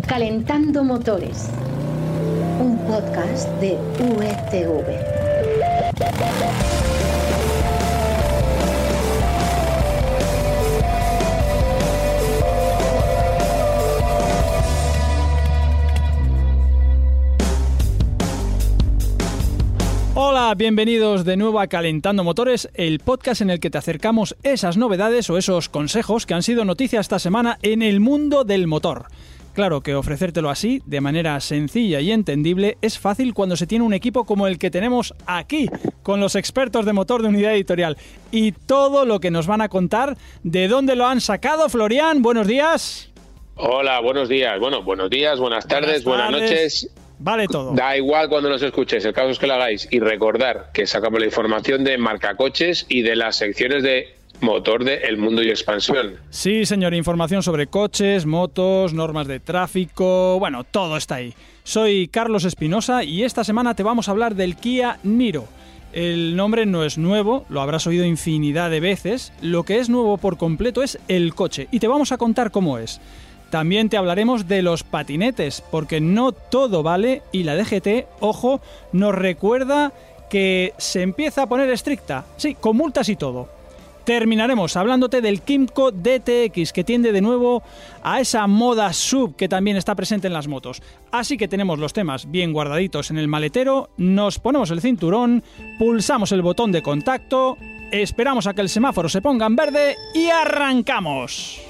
Calentando Motores, un podcast de UETV. Hola, bienvenidos de nuevo a Calentando Motores, el podcast en el que te acercamos esas novedades o esos consejos que han sido noticia esta semana en el mundo del motor. Claro que ofrecértelo así, de manera sencilla y entendible, es fácil cuando se tiene un equipo como el que tenemos aquí, con los expertos de motor de Unidad Editorial. Y todo lo que nos van a contar, ¿de dónde lo han sacado? Florian, buenos días. Hola, buenos días. Bueno, buenos días, buenas tardes, buenas noches. Vale todo. Da igual cuando nos escuchéis, el caso es que lo hagáis. Y recordar que sacamos la información de marcacoches y de las secciones de motor de El Mundo y Expansión. Sí, señor, información sobre coches, motos, normas de tráfico, bueno, todo está ahí. Soy Carlos Espinosa y esta semana te vamos a hablar del Kia Niro. El nombre no es nuevo, lo habrás oído infinidad de veces. Lo que es nuevo por completo es el coche y te vamos a contar cómo es. También te hablaremos de los patinetes, porque no todo vale y la DGT, ojo, nos recuerda que se empieza a poner estricta, sí, con multas y todo. Terminaremos hablándote del Kymco DTX, que tiende de nuevo a esa moda sub que también está presente en las motos. Así que tenemos los temas bien guardaditos en el maletero, nos ponemos el cinturón, pulsamos el botón de contacto, esperamos a que el semáforo se ponga en verde y ¡arrancamos!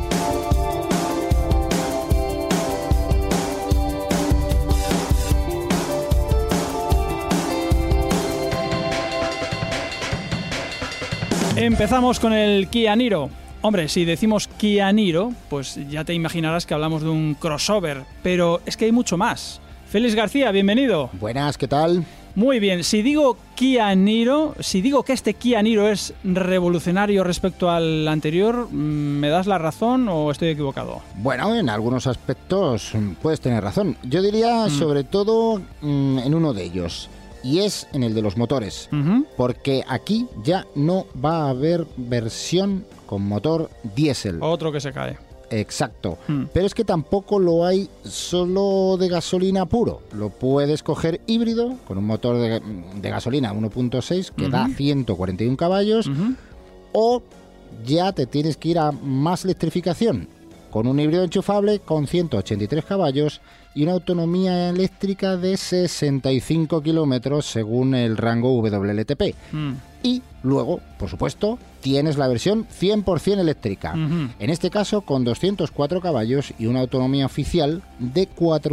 Empezamos con el Kia Niro. Hombre, si decimos Kia Niro, pues ya te imaginarás que hablamos de un crossover, pero es que hay mucho más. Félix García, bienvenido. Buenas, ¿qué tal? Muy bien, si digo Kia Niro, si digo que este Kia Niro es revolucionario respecto al anterior, ¿me das la razón o estoy equivocado? Bueno, en algunos aspectos puedes tener razón. Yo diría sobre todo en uno de ellos. Y es en el de los motores, porque aquí ya no va a haber versión con motor diésel. Otro que se cae. Exacto, pero es que tampoco lo hay solo de gasolina puro. Lo puedes coger híbrido con un motor de gasolina 1.6 que da 141 caballos o ya te tienes que ir a más electrificación con un híbrido enchufable con 183 caballos y una autonomía eléctrica de 65 kilómetros según el rango WLTP. Y luego, por supuesto, tienes la versión 100% eléctrica. En este caso, con 204 caballos y una autonomía oficial de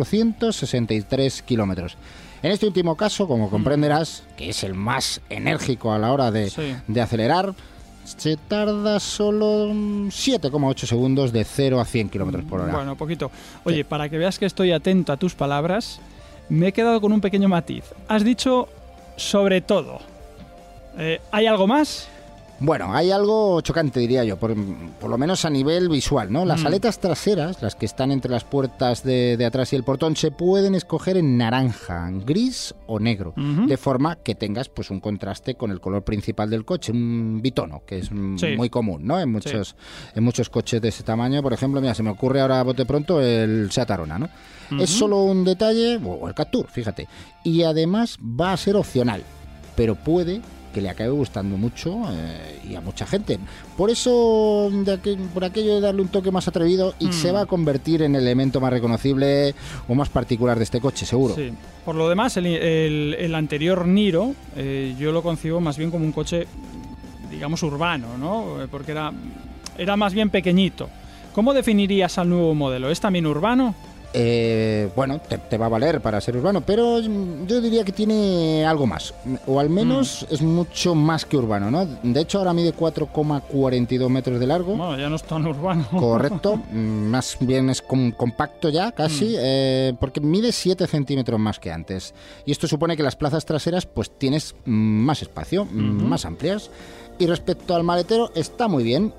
463 kilómetros. En este último caso, como comprenderás, que es el más enérgico a la hora de acelerar, se tarda solo 7,8 segundos de 0 a 100 kilómetros por hora. Bueno, poquito. Oye, para que veas que estoy atento a tus palabras, me he quedado con un pequeño matiz. Has dicho sobre todo. ¿Hay algo más? Bueno, hay algo chocante, diría yo, por lo menos a nivel visual, ¿no? Las aletas traseras, las que están entre las puertas de atrás y el portón, se pueden escoger en naranja, gris o negro, de forma que tengas pues un contraste con el color principal del coche, un bitono, que es muy común, ¿no? En muchos coches de ese tamaño. Por ejemplo, mira, se me ocurre ahora a bote pronto el Seat Arona, ¿no? Es solo un detalle, o el Captur, fíjate, y además va a ser opcional, pero puede que le acabe gustando mucho y a mucha gente. Por eso, por aquello de darle un toque más atrevido, y se va a convertir en el elemento más reconocible o más particular de este coche, seguro. Sí. Por lo demás, el anterior Niro, yo lo concibo más bien como un coche, digamos, urbano, ¿no? Porque era más bien pequeñito. ¿Cómo definirías al nuevo modelo? ¿Es también urbano? Bueno, te va a valer para ser urbano, pero yo diría que tiene algo más, o al menos es mucho más que urbano, ¿no? De hecho, ahora mide 4,42 metros de largo. Bueno, ya no es tan urbano. Correcto, más bien es compacto ya, casi, porque mide 7 centímetros más que antes. Y esto supone que las plazas traseras pues tienes más espacio, más amplias. Y respecto al maletero, está muy bien.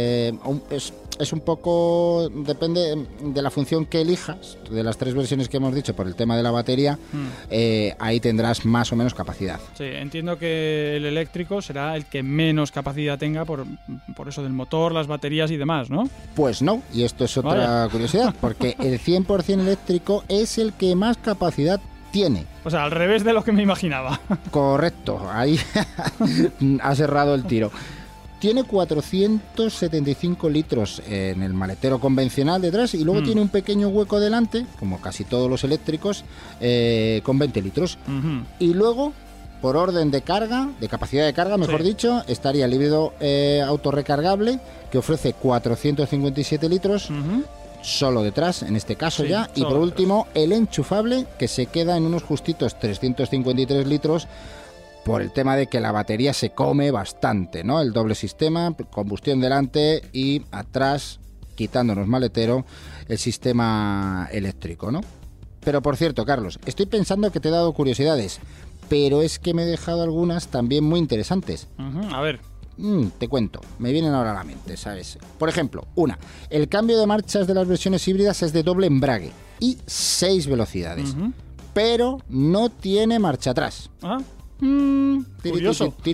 Es un poco... Depende de la función que elijas, de las 3 versiones que hemos dicho por el tema de la batería, ahí tendrás más o menos capacidad. Sí, entiendo que el eléctrico será el que menos capacidad tenga por eso del motor, las baterías y demás, ¿no? Pues no, y esto es otra curiosidad, porque el 100% eléctrico es el que más capacidad tiene. O sea, al revés de lo que me imaginaba. Correcto, ahí has errado el tiro. Tiene 475 litros en el maletero convencional detrás y luego tiene un pequeño hueco delante, como casi todos los eléctricos, con 20 litros. Y luego, por orden de carga, de capacidad de carga, mejor dicho, estaría el híbrido autorrecargable, que ofrece 457 litros, solo detrás, en este caso ya. Y por último, el enchufable, que se queda en unos justitos 353 litros, por el tema de que la batería se come bastante, ¿no? El doble sistema, combustión delante y atrás, quitándonos maletero, el sistema eléctrico, ¿no? Pero por cierto, Carlos, estoy pensando que te he dado curiosidades, pero es que me he dejado algunas también muy interesantes. A ver. Te cuento, me vienen ahora a la mente, ¿sabes? Por ejemplo, el cambio de marchas de las versiones híbridas es de doble embrague y 6 velocidades, pero no tiene marcha atrás. Curioso.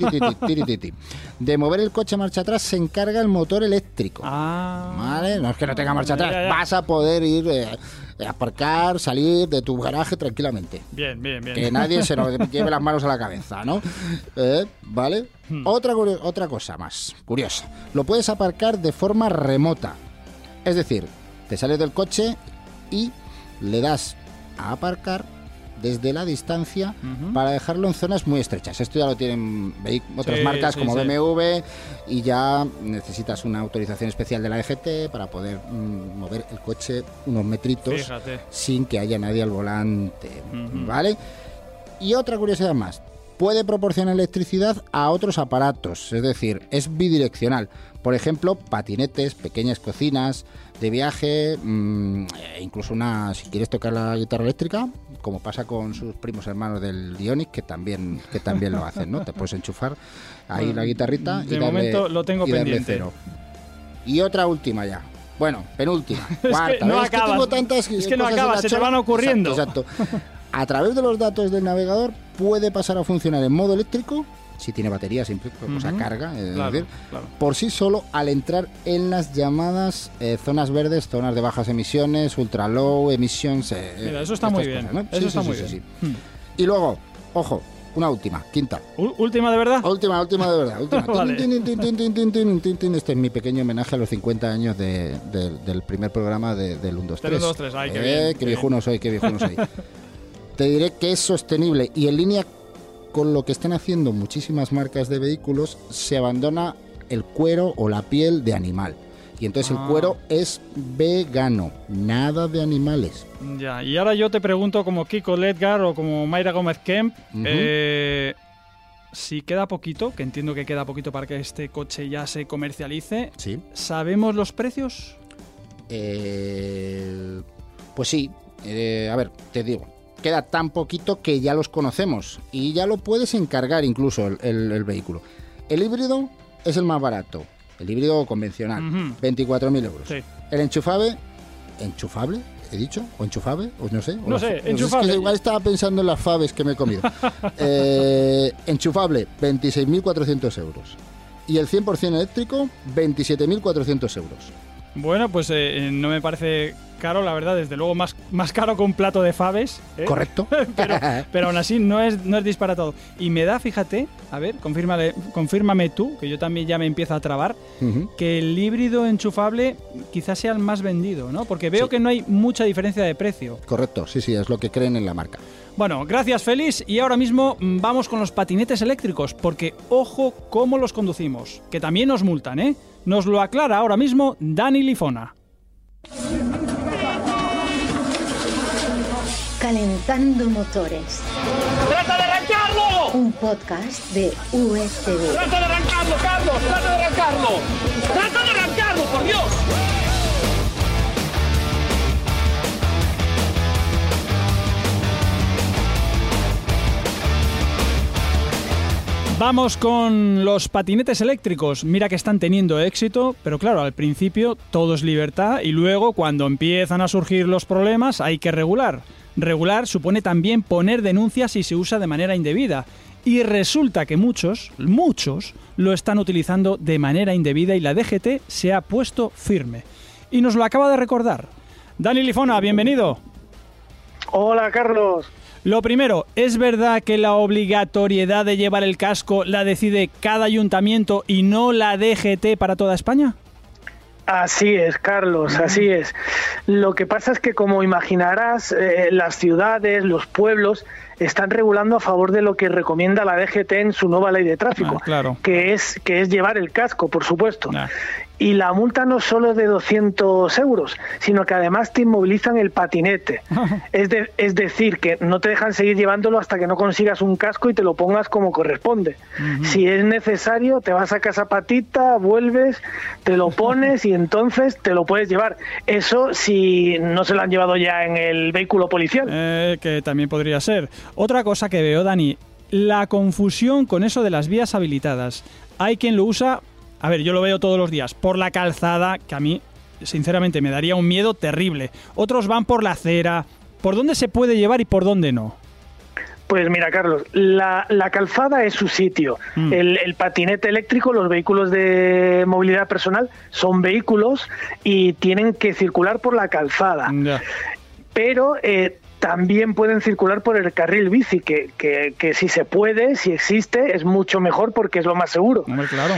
De mover el coche a marcha atrás se encarga el motor eléctrico. ¿Vale? No es que no tenga marcha atrás. Ya. Vas a poder ir a aparcar, salir de tu garaje tranquilamente. Bien. Que nadie se nos lleve las manos a la cabeza, ¿no? ¿Vale? Otra cosa más curiosa. Lo puedes aparcar de forma remota. Es decir, te sales del coche y le das a aparcar desde la distancia para dejarlo en zonas muy estrechas. Esto ya lo tienen otras marcas como BMW y ya necesitas una autorización especial de la DGT para poder mover el coche unos metritos sin que haya nadie al volante, ¿vale? Y otra curiosidad más, puede proporcionar electricidad a otros aparatos, es decir, es bidireccional. Por ejemplo, patinetes, pequeñas cocinas de viaje, incluso si quieres tocar la guitarra eléctrica, como pasa con sus primos hermanos del Ioniq, que también lo hacen, ¿no? Te puedes enchufar ahí la guitarrita y de momento lo tengo pendiente. Cero. Y otra última ya. Bueno, penúltima. Cuarta. Es que no acabas. Tengo tantas es que no acabas, se te van ocurriendo. Exacto. A través de los datos del navegador puede pasar a funcionar en modo eléctrico, si tiene batería, siempre, o sea, carga, claro. Por sí solo al entrar en las llamadas zonas verdes, zonas de bajas emisiones, ultra low emissions. Mira, eso está muy bien. Cosas, ¿no? Eso está muy bien. Y luego, ojo, una última, quinta. ¿Última de verdad? Última de verdad. Última. Vale. Este es mi pequeño homenaje a los 50 años del primer programa del 1, 2, 3. Del 1, 2, 3, ay, qué bien. Qué viejuno soy. Te diré que es sostenible y en línea con lo que están haciendo muchísimas marcas de vehículos, se abandona el cuero o la piel de animal. Y entonces el cuero es vegano, nada de animales. Ya, y ahora yo te pregunto como Kiko Ledgar o como Mayra Gómez Kemp, si queda poquito, que entiendo que queda poquito para que este coche ya se comercialice, ¿sí? ¿Sabemos los precios? Pues sí, a ver, te digo. Queda tan poquito que ya los conocemos y ya lo puedes encargar incluso el vehículo. El híbrido es el más barato, el híbrido convencional, 24.000 euros. Sí. El ¿enchufable? ¿He dicho? ¿O enchufable? O no sé. No sé, enchufable. Es que igual estaba pensando en las faves que me he comido. Enchufable, 26.400 euros. Y el 100% eléctrico, 27.400 euros. Bueno, pues no me parece caro, la verdad, desde luego más caro que un plato de faves. Correcto. pero aún así no es disparatado. Y me da, fíjate, a ver, confírmame tú, que yo también ya me empiezo a trabar, que el híbrido enchufable quizás sea el más vendido, ¿no? Porque veo que no hay mucha diferencia de precio. Correcto, sí, es lo que creen en la marca. Bueno, gracias Félix, y ahora mismo vamos con los patinetes eléctricos, porque ojo cómo los conducimos, que también nos multan, ¿eh? Nos lo aclara ahora mismo Dani Lifona. Calentando motores. ¡Trata de arrancarlo! Un podcast de USTV. ¡Trata de arrancarlo, Carlos! ¡Trata de arrancarlo! ¡Trata de arrancarlo, por Dios! Vamos con los patinetes eléctricos. Mira que están teniendo éxito, pero claro, al principio todo es libertad y luego cuando empiezan a surgir los problemas hay que regular. Regular supone también poner denuncias si se usa de manera indebida. Y resulta que muchos lo están utilizando de manera indebida y la DGT se ha puesto firme. Y nos lo acaba de recordar. Dani Lifona, bienvenido. Hola, Carlos. Lo primero, ¿es verdad que la obligatoriedad de llevar el casco la decide cada ayuntamiento y no la DGT para toda España? Así es, Carlos, así es. Lo que pasa es que, como imaginarás, las ciudades, los pueblos están regulando a favor de lo que recomienda la DGT en su nueva ley de tráfico, claro. que es llevar el casco, por supuesto. Y la multa no solo es de 200 euros, sino que además te inmovilizan el patinete. Es decir, que no te dejan seguir llevándolo hasta que no consigas un casco y te lo pongas como corresponde. Si es necesario, te vas a casa patita, vuelves, te lo pones y entonces te lo puedes llevar. Eso si no se lo han llevado ya en el vehículo policial. Que también podría ser. Otra cosa que veo, Dani, la confusión con eso de las vías habilitadas. Hay quien lo usa... A ver, yo lo veo todos los días, por la calzada, que a mí, sinceramente, me daría un miedo terrible. Otros van por la acera. ¿Por dónde se puede llevar y por dónde no? Pues mira, Carlos, la calzada es su sitio. El patinete eléctrico, los vehículos de movilidad personal, son vehículos y tienen que circular por la calzada. Ya. Pero... también pueden circular por el carril bici, que si se puede, si existe, es mucho mejor porque es lo más seguro. Claro.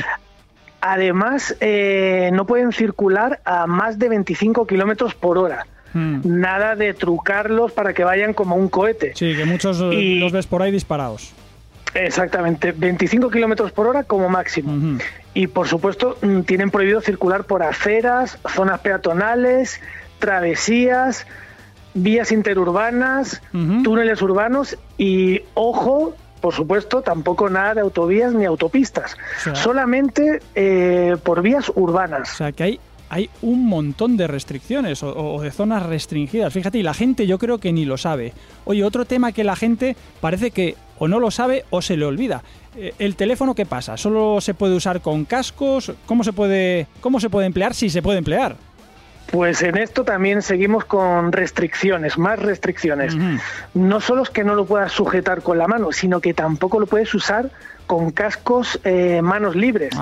Además, no pueden circular a más de 25 kilómetros por hora. Nada de trucarlos para que vayan como un cohete. Sí, que muchos los ves por ahí disparados. Exactamente, 25 kilómetros por hora como máximo. Y por supuesto, tienen prohibido circular por aceras, zonas peatonales, travesías, vías interurbanas, túneles urbanos y, ojo, por supuesto, tampoco nada de autovías ni autopistas, solamente por vías urbanas. O sea, que hay un montón de restricciones o de zonas restringidas. Fíjate, y la gente yo creo que ni lo sabe. Oye, otro tema que la gente parece que o no lo sabe o se le olvida. ¿El teléfono qué pasa? ¿Solo se puede usar con cascos? ¿Cómo se puede emplear si se puede emplear? Pues en esto también seguimos con restricciones, más restricciones. No solo es que no lo puedas sujetar con la mano, sino que tampoco lo puedes usar con cascos manos libres,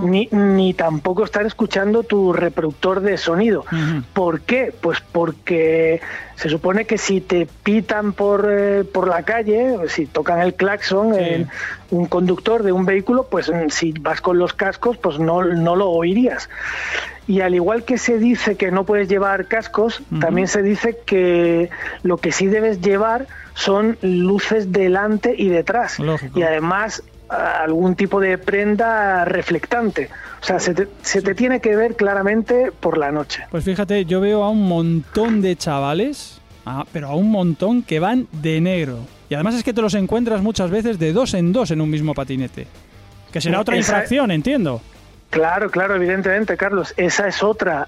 ni tampoco estar escuchando tu reproductor de sonido. ¿Por qué? Pues porque se supone que si te pitan por la calle, si tocan el claxon, un conductor de un vehículo, pues si vas con los cascos, pues no lo oirías. Y al igual que se dice que no puedes llevar cascos, también se dice que lo que sí debes llevar son luces delante y detrás. Lógico. Y además algún tipo de prenda reflectante. O sea, se te tiene que ver claramente por la noche. Pues fíjate, yo veo a un montón de chavales, pero a un montón que van de negro. Y además es que te los encuentras muchas veces de dos en dos en un mismo patinete. Que será otra infracción, entiendo. Claro, evidentemente, Carlos. Esa es otra.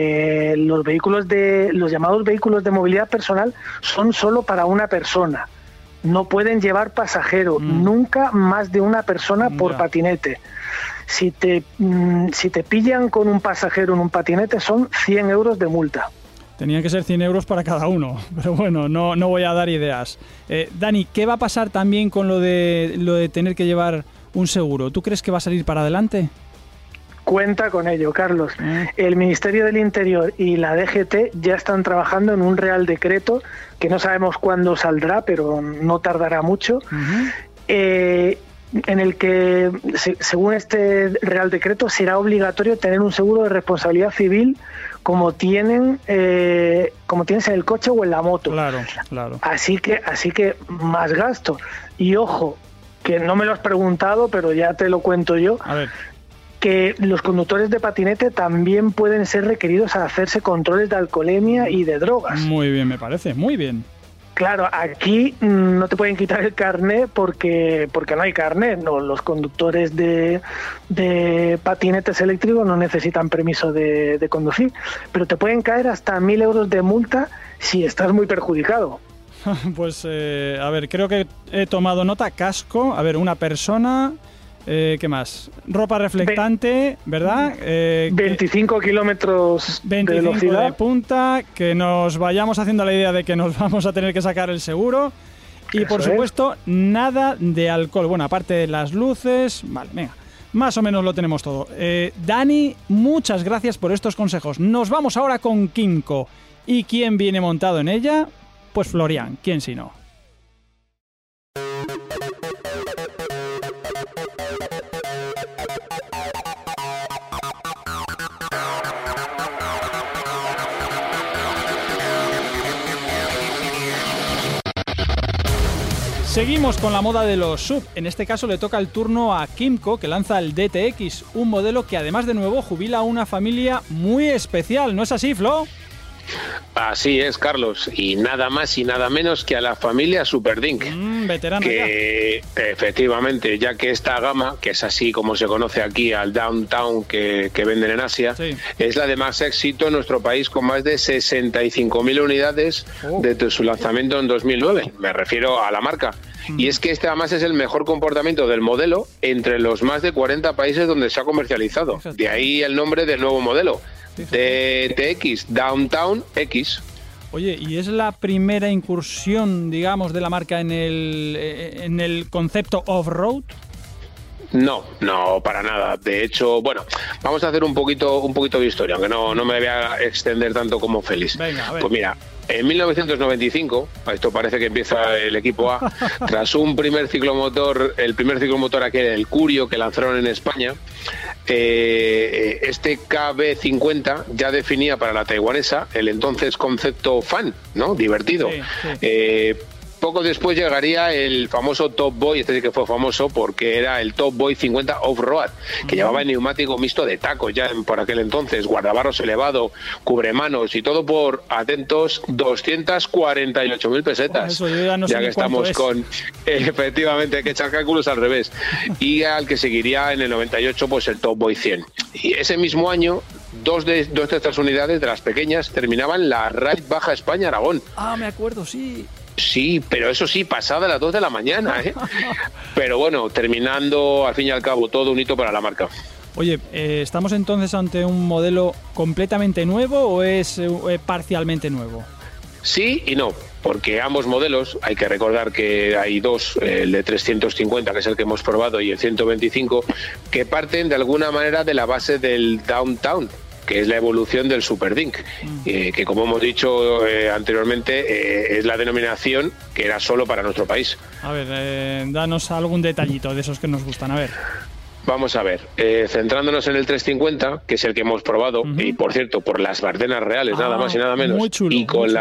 Los llamados vehículos de movilidad personal son solo para una persona. No pueden llevar pasajero, nunca más de una persona por patinete. Si te pillan con un pasajero en un patinete, son 100 euros de multa. Tenían que ser 100 euros para cada uno, pero bueno, no voy a dar ideas. Dani, ¿qué va a pasar también con lo de tener que llevar un seguro? ¿Tú crees que va a salir para adelante? Cuenta con ello, Carlos. El Ministerio del Interior y la DGT ya están trabajando en un Real Decreto que no sabemos cuándo saldrá, pero no tardará mucho, en el que, según este Real Decreto, será obligatorio tener un seguro de responsabilidad civil como tienes en el coche o en la moto. Claro. Así que más gasto. Y ojo, que no me lo has preguntado, pero ya te lo cuento yo. A ver. Que los conductores de patinete también pueden ser requeridos a hacerse controles de alcoholemia y de drogas. Muy bien, me parece, muy bien. Claro, aquí no te pueden quitar el carnet porque no hay carnet. No, los conductores de patinetes eléctricos no necesitan permiso de conducir, pero te pueden caer hasta 1.000 euros de multa si estás muy perjudicado. Pues, a ver, creo que he tomado nota. Casco, a ver, una persona... ¿Qué más? Ropa reflectante, ¿verdad? 25 kilómetros de 25 velocidad. de punta, que nos vayamos haciendo la idea de que nos vamos a tener que sacar el seguro. Y por supuesto, nada de alcohol. Bueno, aparte de las luces. Vale, venga. Más o menos lo tenemos todo. Dani, muchas gracias por estos consejos. Nos vamos ahora con Kymco. ¿Y quién viene montado en ella? Pues Florian, ¿quién si no? Seguimos con la moda de los SUV. En este caso le toca el turno a Kymco, que lanza el DTX, un modelo que además de nuevo jubila a una familia muy especial. ¿No es así, Flo? Así es, Carlos, y nada más y nada menos que a la familia Superdink, veterana que ya. Efectivamente, ya que esta gama, que es así como se conoce aquí al Downtown que venden en Asia, sí, es la de más éxito en nuestro país, con más de 65.000 unidades desde su lanzamiento en 2009. Me refiero a la marca. Y es que este además es el mejor comportamiento del modelo entre los más de 40 países donde se ha comercializado. De ahí el nombre del nuevo modelo. DTX, Downtown X. Oye, ¿y es la primera incursión, digamos, de la marca en el concepto off-road? No, para nada. De hecho, bueno, vamos a hacer un poquito de historia, aunque no me voy a extender tanto como Félix. Venga, a ver. Pues mira, en 1995, esto parece que empieza el equipo A, tras un primer ciclomotor, el primer ciclomotor aquel, el Curio, que lanzaron en España, este KB50 ya definía para la taiwanesa el entonces concepto fan, ¿no? Divertido. Sí. Poco después llegaría el famoso Top Boy, este sí que fue famoso porque era el Top Boy 50 Off-Road, que llevaba el neumático mixto de tacos ya por aquel entonces, guardabarros elevado, cubremanos y todo por, atentos, 248.000 pesetas. Bueno, eso yo ya no sé que estamos con, efectivamente, hay que echar cálculos al revés. Y al que seguiría en el 98, pues el Top Boy 100. Y ese mismo año, dos de estas unidades, de las pequeñas, terminaban la Ride Baja España Aragón. Ah, me acuerdo, sí. Sí, pero eso sí, pasada las 2 de la mañana, ¿eh? Pero bueno, terminando al fin y al cabo todo un hito para la marca. Oye, ¿estamos entonces ante un modelo completamente nuevo o es parcialmente nuevo? Sí y no, porque ambos modelos, hay que recordar que hay dos, el de 350, que es el que hemos probado, y el 125, que parten de alguna manera de la base del Downtown, que es la evolución del Superdink, que como hemos dicho anteriormente, es la denominación que era solo para nuestro país. A ver, danos algún detallito de esos que nos gustan, a ver. Vamos a ver, centrándonos en el 350, que es el que hemos probado, y por cierto, por las Bardenas reales, nada más y nada menos, muy chulo, y con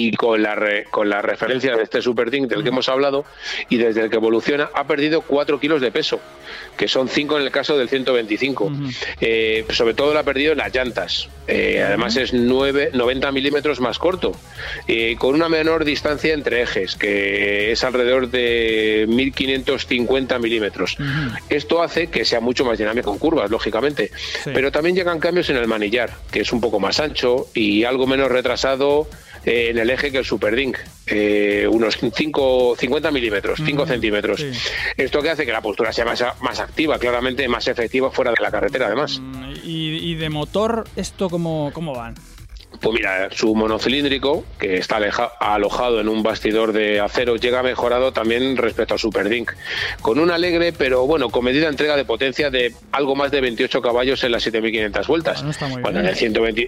la referencia de este Superdink del que hemos hablado, y desde el que evoluciona, ha perdido 4 kilos de peso, que son 5 en el caso del 125. Sobre todo lo ha perdido en las llantas. Además es 90 milímetros más corto, con una menor distancia entre ejes, que es alrededor de 1550 milímetros. Esto hace que sea mucho más dinámico en curvas, lógicamente. Sí. Pero también llegan cambios en el manillar, que es un poco más ancho y algo menos retrasado en el eje que el Superdink, unos 50 milímetros, 5 centímetros. Sí. Esto que hace que la postura sea más activa, claramente más efectiva fuera de la carretera, además. ¿Y de motor esto cómo van? Pues mira, su monocilíndrico, que está alojado en un bastidor de acero, llega mejorado también respecto al Superdink, con una alegre, pero bueno, con medida entrega de potencia de algo más de 28 caballos en las 7.500 vueltas. Bueno, en el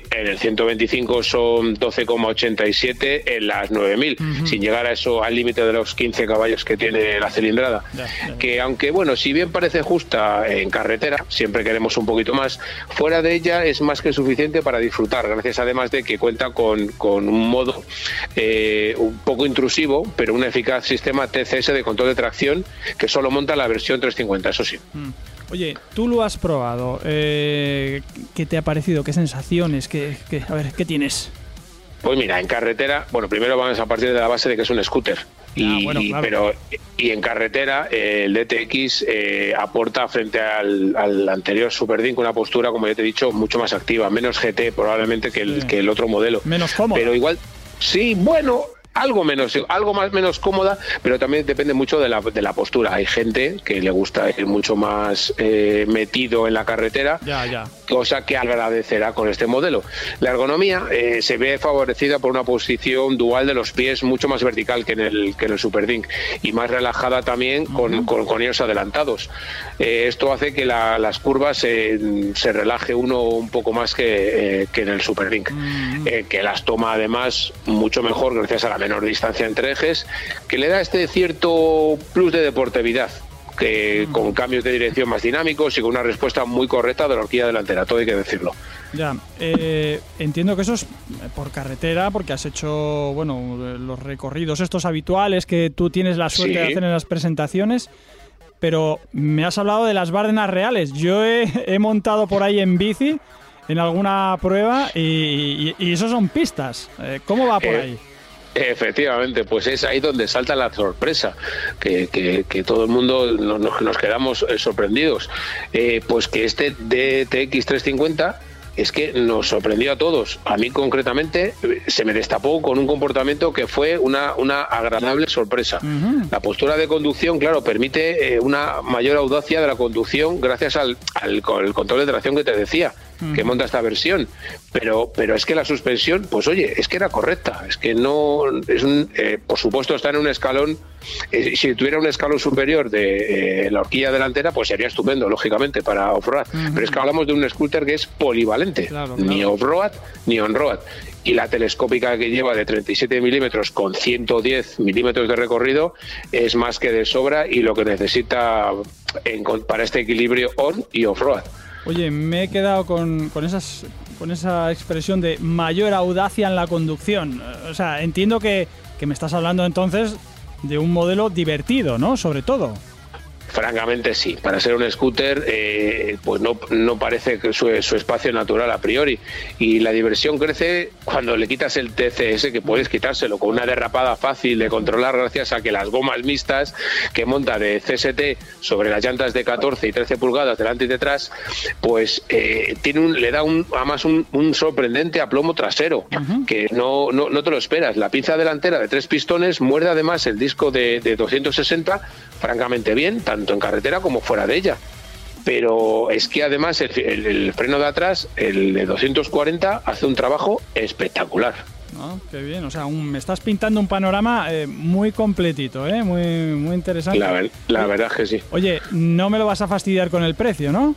125 son 12,87 en las 9.000, sin llegar a eso, al límite de los 15 caballos que tiene la cilindrada. Que aunque, bueno, si bien parece justa en carretera, siempre queremos un poquito más, fuera de ella es más que suficiente para disfrutar, gracias además de que cuenta con un modo un poco intrusivo, pero un eficaz sistema TCS de control de tracción que solo monta la versión 350, eso sí. Oye, tú lo has probado. ¿Qué te ha parecido? ¿Qué sensaciones? A ver, ¿qué tienes? Pues mira, en carretera, bueno, primero vamos a partir de la base de que es un scooter. Pero en carretera el DTX aporta frente al anterior Superdink una postura, como ya te he dicho, mucho más activa, menos GT probablemente que el otro modelo. Menos cómodo. Pero igual, sí, bueno, algo menos cómoda, pero también depende mucho de la postura. Hay gente que le gusta ir mucho más metido en la carretera, cosa que agradecerá con este modelo. La ergonomía se ve favorecida por una posición dual de los pies mucho más vertical que en el Superdink y más relajada también con ellos adelantados. Esto hace que las curvas se relaje uno un poco más que en el Superdink, que las toma además mucho mejor gracias a la menor distancia entre ejes, que le da este cierto plus de deportividad, que con cambios de dirección más dinámicos y con una respuesta muy correcta de la horquilla delantera, todo hay que decirlo. Ya, entiendo que eso es por carretera, porque has hecho, los recorridos estos habituales que tú tienes la suerte de hacer en las presentaciones, pero me has hablado de las Bárdenas reales. Yo he montado por ahí en bici en alguna prueba y eso son pistas. ¿Cómo va por ahí? Efectivamente, pues es ahí donde salta la sorpresa, que todo el mundo nos quedamos sorprendidos. Pues que este DTX 350 es que nos sorprendió a todos. A mí concretamente se me destapó con un comportamiento que fue una agradable sorpresa. La postura de conducción, claro, permite una mayor audacia de la conducción gracias al control de tracción que te decía, que monta esta versión. Pero es que la suspensión, pues oye, es que era correcta. Es que no es por supuesto está en un escalón. Si tuviera un escalón superior de la horquilla delantera, pues sería estupendo, lógicamente, para off-road. Pero es que hablamos de un scooter que es polivalente, claro. Ni off-road ni on-road. Y la telescópica que lleva de 37 milímetros con 110 milímetros de recorrido es más que de sobra y lo que necesita para este equilibrio on y off-road. Oye, me he quedado con esa expresión de mayor audacia en la conducción. O sea, entiendo que me estás hablando entonces de un modelo divertido, ¿no? Sobre todo. Francamente sí, para ser un scooter pues no parece que su espacio natural a priori, y la diversión crece cuando le quitas el TCS, que puedes quitárselo con una derrapada fácil de controlar gracias a que las gomas mixtas que monta de CST sobre las llantas de 14 y 13 pulgadas delante y detrás, pues le da además un sorprendente aplomo trasero, que no te lo esperas. La pinza delantera de 3 pistones muerde además el disco de 260 francamente bien, tanto en carretera como fuera de ella. Pero es que además el freno de atrás, el de 240, hace un trabajo espectacular. Oh, qué bien, o sea, me estás pintando un panorama muy completito, muy, muy interesante. La verdad es que sí. Oye, no me lo vas a fastidiar con el precio, ¿no?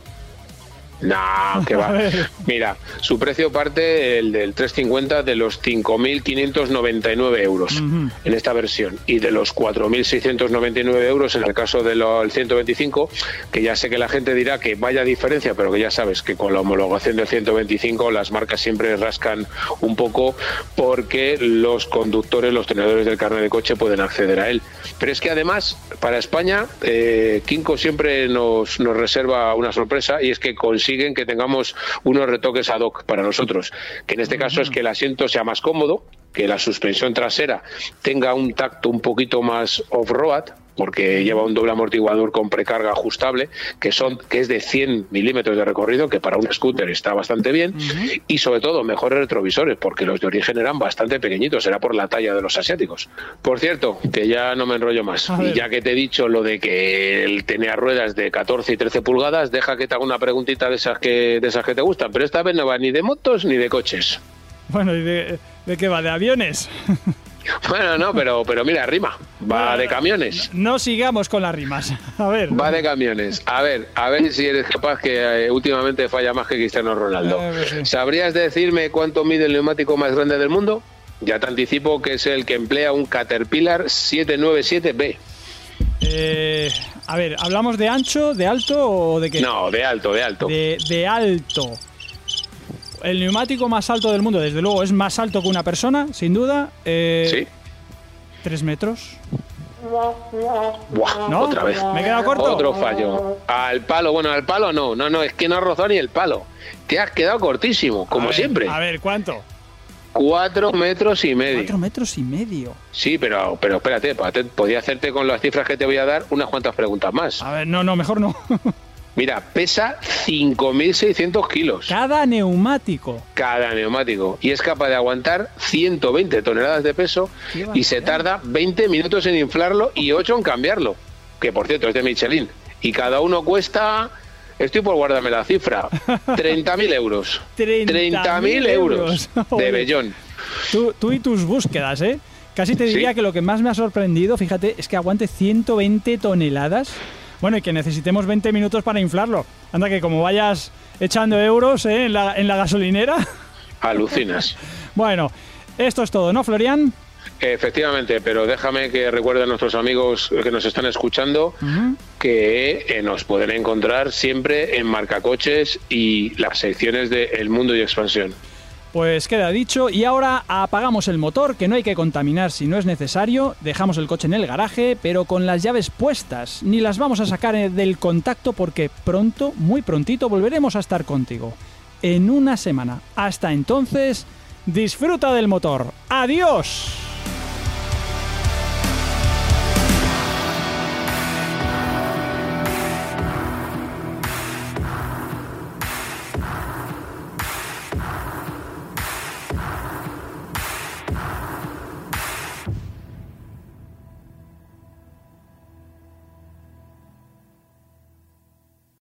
No, que va. Mira, su precio parte, el del 350, de los 5.599 euros en esta versión, y de los 4.699 euros en el caso del 125, que ya sé que la gente dirá que vaya diferencia, pero que ya sabes que con la homologación del 125 las marcas siempre rascan un poco porque los conductores, los tenedores del carnet de coche pueden acceder a él. Pero es que además, para España, Kinko siempre nos reserva una sorpresa, y es que consiguen que tengamos unos retoques ad hoc para nosotros, que en este caso es que el asiento sea más cómodo, que la suspensión trasera tenga un tacto un poquito más off-road, porque lleva un doble amortiguador con precarga ajustable, que es de 100 milímetros de recorrido, que para un scooter está bastante bien, y sobre todo mejores retrovisores, porque los de origen eran bastante pequeñitos, era por la talla de los asiáticos. Por cierto, que ya no me enrollo más, y ya que te he dicho lo de que él tenía ruedas de 14 y 13 pulgadas, deja que te haga una preguntita de esas que te gustan, pero esta vez no va ni de motos ni de coches. Bueno, ¿y de qué va? ¿De aviones? Bueno, no, pero mira, rima. Va de camiones. No sigamos con las rimas. A ver. Va de camiones. A ver si eres capaz, que últimamente falla más que Cristiano Ronaldo. ¿Sabrías decirme cuánto mide el neumático más grande del mundo? Ya te anticipo que es el que emplea un Caterpillar 797B. A ver, ¿hablamos de ancho, de alto o de qué? No, de alto. De alto. El neumático más alto del mundo, desde luego, es más alto que una persona, sin duda. Sí. 3 metros. Buah, ¿No? Otra vez. ¿Me he quedado corto? Otro fallo. Al palo no, es que no ha rozado ni el palo. Te has quedado cortísimo, como siempre. A ver, ¿cuánto? 4 metros y medio. 4 metros y medio. Sí, pero espérate, podía hacerte con las cifras que te voy a dar unas cuantas preguntas más. A ver, no, mejor no. Mira, pesa 5.600 kilos. Cada neumático. Cada neumático. Y es capaz de aguantar 120 toneladas de peso y se tarda 20 minutos en inflarlo y 8 en cambiarlo. Que, por cierto, es de Michelin. Y cada uno cuesta... Estoy por guardarme la cifra. 30.000 euros. 30.000 euros de vellón. Tú y tus búsquedas, ¿eh? Casi te diría que lo que más me ha sorprendido, fíjate, es que aguante 120 toneladas. Bueno, y que necesitemos 20 minutos para inflarlo. Anda que como vayas echando euros en la gasolinera. Alucinas. Bueno, esto es todo, ¿no, Florian? Efectivamente, pero déjame que recuerde a nuestros amigos que nos están escuchando que nos pueden encontrar siempre en Marcacoches y las secciones de El Mundo y Expansión. Pues queda dicho, y ahora apagamos el motor, que no hay que contaminar si no es necesario, dejamos el coche en el garaje, pero con las llaves puestas, ni las vamos a sacar del contacto porque pronto, muy prontito, volveremos a estar contigo. En una semana. Hasta entonces, disfruta del motor. ¡Adiós!